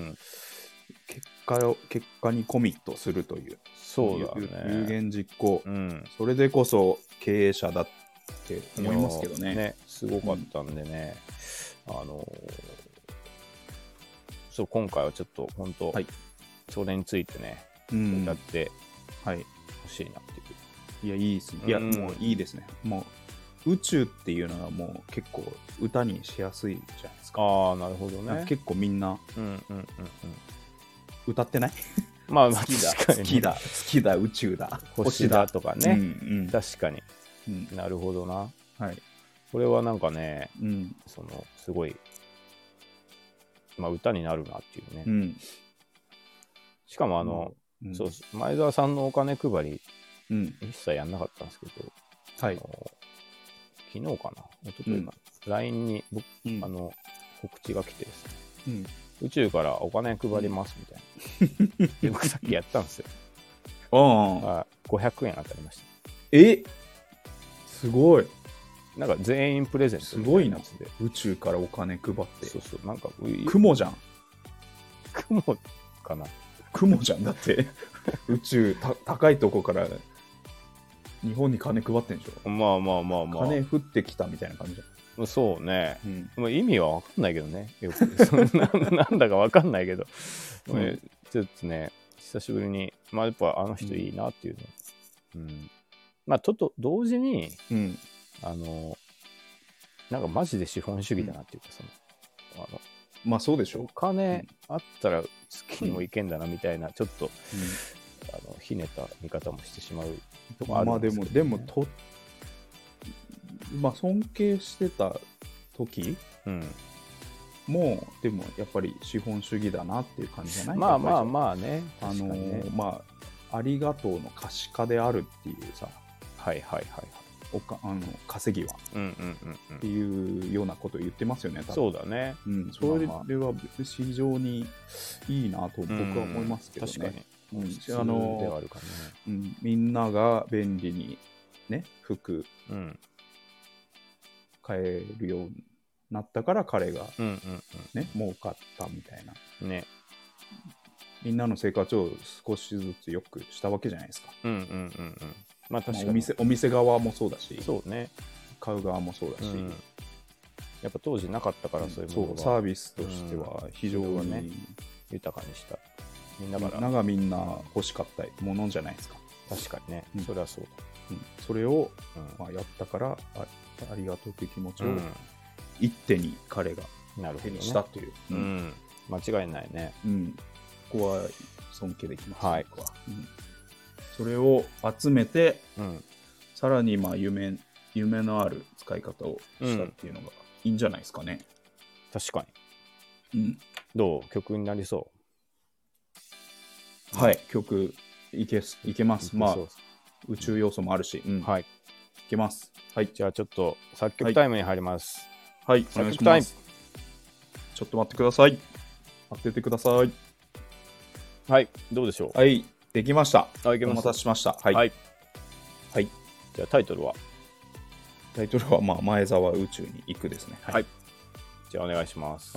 結果にコミットするという、 そうだね、 有言実行、それでこそ経営者だって思いますけどね。 すごかったんでね、そう今回はちょっと本当、それについてね、歌ってほしいなっていう。 いや、いいですね。いや、もういいですね。もう宇宙っていうのはもう結構歌にしやすいじゃないですか。 ああ、なるほどね。 結構みんな歌ってない？ まあ月だ宇宙だ星だとかね、確かに、なるほどな。これはなんかね、すごい歌になるなっていうね。しかもそう前澤さんのお金配り一切やんなかったんですけど、昨日かな一昨日かな、LINE に告知が来てですね、宇宙からお金配りますみたいなで僕さっきやったんですよ。500円当たりました。 すごい。 なんか全員プレゼントすごいな。宇宙からお金配って。 そうなんか雲じゃん。 雲かな。 雲じゃん。だって宇宙高いとこから日本に金配ってんでしょ。 まあ金降ってきたみたいな感じじゃん。 そうね、意味は分かんないけどね、よくなんだか分かんないけど、ちょっとね久しぶりにやっぱあの人いいなっていうの、と同時に、なんかマジで資本主義だなっていうか、 そうでしょ。 お金あったら月にも行けんだなみたいな、ちょっと、ひねった見方もしてしまうとこあるんですけど、ね。 でも尊敬してた時、もうでもやっぱり資本主義だなっていう感じじゃない？ まあね、 ありがとうの可視化であるっていうさ、 稼ぎは、っていうようなことを言ってますよね。 そうだね。 それは非常にいいなと僕は思いますけどね。 確かに。 みんなが便利にね服買えるようになったから彼がね儲かったみたいなね。みんなの生活を少しずつ良くしたわけじゃないですか。まあ確かにお店側もそうだし、 そうね、 買う側もそうだし、 やっぱ当時なかったからそういうものがサービスとしては非常に、ね、 豊かにした。 みんながみんな欲しかったものじゃないですか。 確かにね、それはそうだ。 それを、やったからありがとうという気持ちを一手に彼が手にしたという、 間違いないね。 ここは尊敬できます、はい。それを集めて、さらに夢のある使い方をしたっていうのがいいんじゃないですかね。 確かに。どう？曲になりそう？ はい、曲いけます。まあ宇宙要素もあるし、はい、いけます。はい、 じゃあちょっと作曲タイムに入ります。 はい、お願いします。ちょっと待ってください。待っててください。 はい、どうでしょう。 はい、できました。 お待たせしました。はい。 はい。じゃあタイトルは前澤宇宙に行くですね。 はい。じゃあお願いします。 はい。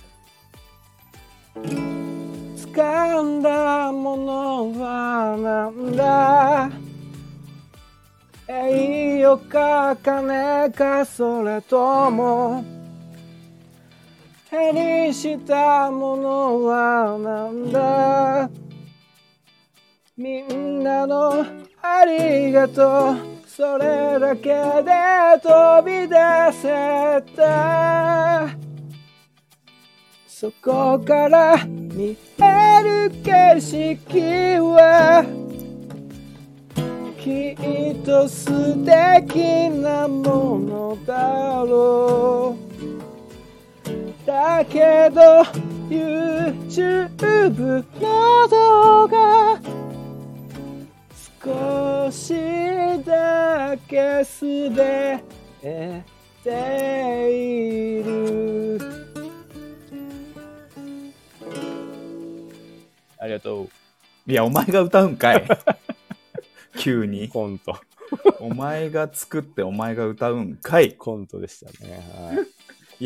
掴んだものはなんだ、栄誉か金かそれとも手にしたものはなんだ、みんなのありがとうそれだけで飛び出せた、そこから見える景色はきっと素敵なものだろう。だけど YouTube の動画少しだけ滑っている。ありがとう。 いや、お前が歌うんかい。急に。 コント。 お前が作ってお前が歌うんかい。 コントでしたね。はい、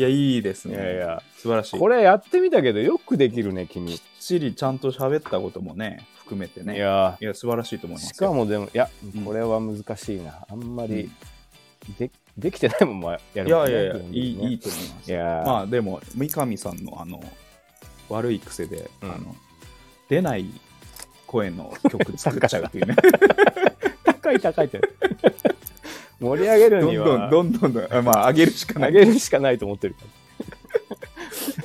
いや、いいですね。いや素晴らしい。 これやってみたけどよくできるね、君。 きっちりちゃんと喋ったこともね、含めてね。いや素晴らしいと思います。 しかもでも、これは難しいな。あんまりできてないもんもやるもんね。 いや、いいと思います。まあでも、三上さんの悪い癖で、出ない声の曲作っちゃうっていうね。 高いって盛り上げるにはどんどんまあ上げるしかない。 上げるしかないと思ってるから。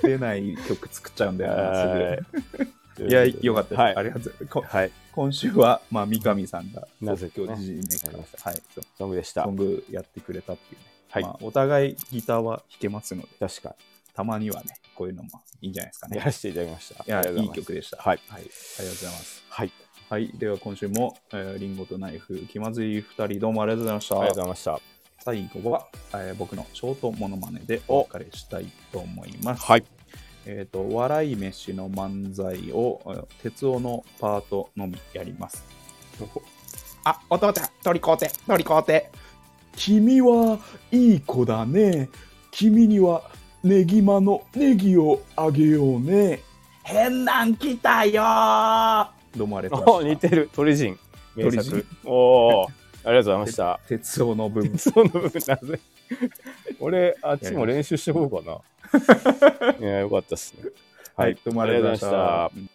出ない曲作っちゃうんだよな。いや、よかったです。 はい、 ありがとうございます。今週は、三上さんが、 なぜ今日時事ネタ、 ソングでした。 ソングやってくれたっていうね。 はい。 お互いギターは弾けますので、 確かに。 たまにはね、こういうのもいいんじゃないですかね。 やらせていただきました。 いや、いい曲でした。 はい。 ありがとうございます。 はい。 はい。では、今週も、リンゴとナイフ、気まずい2人、どうもありがとうございました。 ありがとうございました。 最後は、僕のショートモノマネでお別れしたいと思います。 はい。 笑い飯の漫才を、哲夫のパートのみやります。あ、弟、取りこうて。君はいい子だね。君にはネギマのネギをあげようね。変なん来たよー。どうもありがとうございました。 似てる。鳥人。名作。おー。ありがとうございました。 鉄夫の部分。 なぜ俺、あっちも練習してこうかな。いや、よかったっすね。 はい、どうもありがとうございました。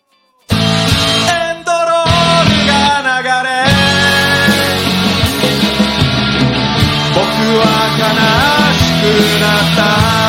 エンドロールが流れ、僕は悲しくなった。